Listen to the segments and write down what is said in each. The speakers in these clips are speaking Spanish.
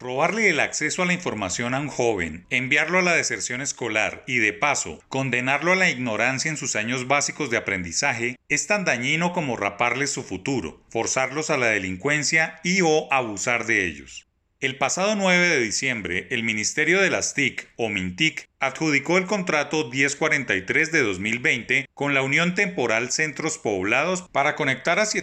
Robarle el acceso a la información a un joven, enviarlo a la deserción escolar y, de paso, condenarlo a la ignorancia en sus años básicos de aprendizaje es tan dañino como raparles su futuro, forzarlos a la delincuencia y o abusar de ellos. El pasado 9 de diciembre, el Ministerio de las TIC, o MINTIC, adjudicó el contrato 1043 de 2020 con la Unión Temporal Centros Poblados para conectar a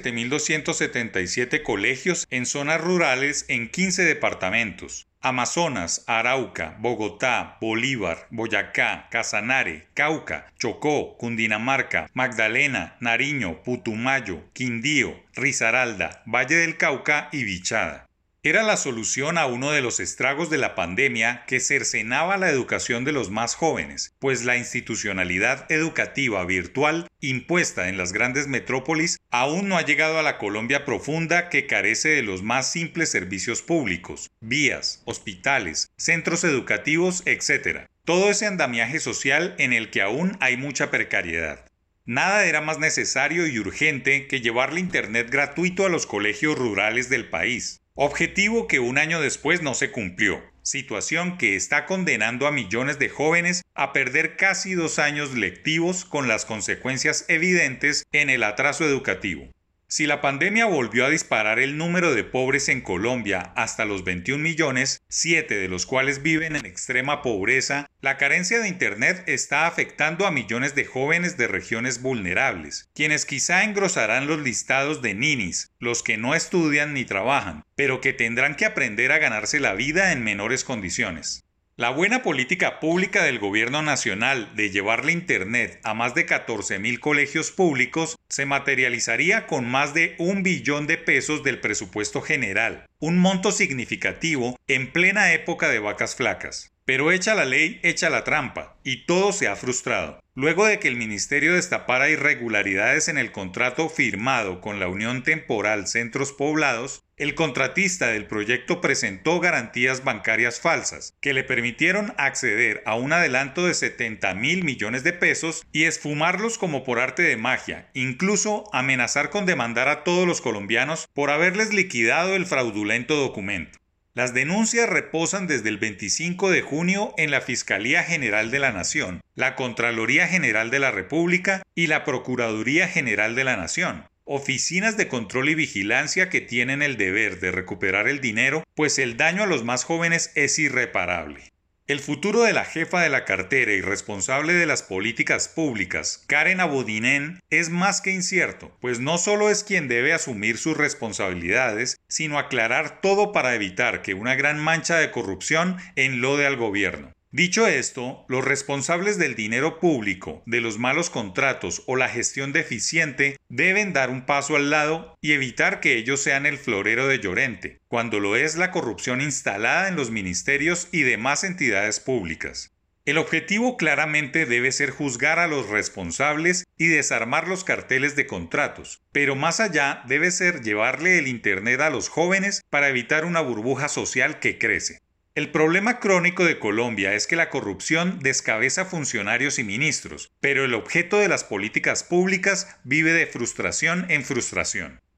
7.277 colegios en zonas rurales en 15 departamentos: Amazonas, Arauca, Bogotá, Bolívar, Boyacá, Casanare, Cauca, Chocó, Cundinamarca, Magdalena, Nariño, Putumayo, Quindío, Risaralda, Valle del Cauca y Vichada. Era la solución a uno de los estragos de la pandemia que cercenaba la educación de los más jóvenes, pues la institucionalidad educativa virtual impuesta en las grandes metrópolis aún no ha llegado a la Colombia profunda que carece de los más simples servicios públicos, vías, hospitales, centros educativos, etc. Todo ese andamiaje social en el que aún hay mucha precariedad. Nada era más necesario y urgente que llevarle internet gratuito a los colegios rurales del país. Objetivo que un año después no se cumplió, situación que está condenando a millones de jóvenes a perder casi 2 años lectivos con las consecuencias evidentes en el atraso educativo. Si la pandemia volvió a disparar el número de pobres en Colombia hasta los 21 millones, 7 de los cuales viven en extrema pobreza, la carencia de Internet está afectando a millones de jóvenes de regiones vulnerables, quienes quizá engrosarán los listados de ninis, los que no estudian ni trabajan, pero que tendrán que aprender a ganarse la vida en menores condiciones. La buena política pública del gobierno nacional de llevarle Internet a más de 14.000 colegios públicos se materializaría con más de 1 billón de pesos del presupuesto general, un monto significativo en plena época de vacas flacas. Pero hecha la ley, hecha la trampa, y todo se ha frustrado. Luego de que el ministerio destapara irregularidades en el contrato firmado con la Unión Temporal Centros Poblados, el contratista del proyecto presentó garantías bancarias falsas que le permitieron acceder a un adelanto de 70.000 millones de pesos y esfumarlos como por arte de magia, incluso amenazar con demandar a todos los colombianos por haberles liquidado el fraudulento documento. Las denuncias reposan desde el 25 de junio en la Fiscalía General de la Nación, la Contraloría General de la República y la Procuraduría General de la Nación, oficinas de control y vigilancia que tienen el deber de recuperar el dinero, pues el daño a los más jóvenes es irreparable. El futuro de la jefa de la cartera y responsable de las políticas públicas, Karen Abodinen, es más que incierto, pues no solo es quien debe asumir sus responsabilidades, sino aclarar todo para evitar que una gran mancha de corrupción enlode al gobierno. Dicho esto, los responsables del dinero público, de los malos contratos o la gestión deficiente deben dar un paso al lado y evitar que ellos sean el florero de Llorente, cuando lo es la corrupción instalada en los ministerios y demás entidades públicas. El objetivo claramente debe ser juzgar a los responsables y desarmar los carteles de contratos, pero más allá debe ser llevarle el Internet a los jóvenes para evitar una burbuja social que crece. El problema crónico de Colombia es que la corrupción descabeza funcionarios y ministros, pero el objeto de las políticas públicas vive de frustración en frustración.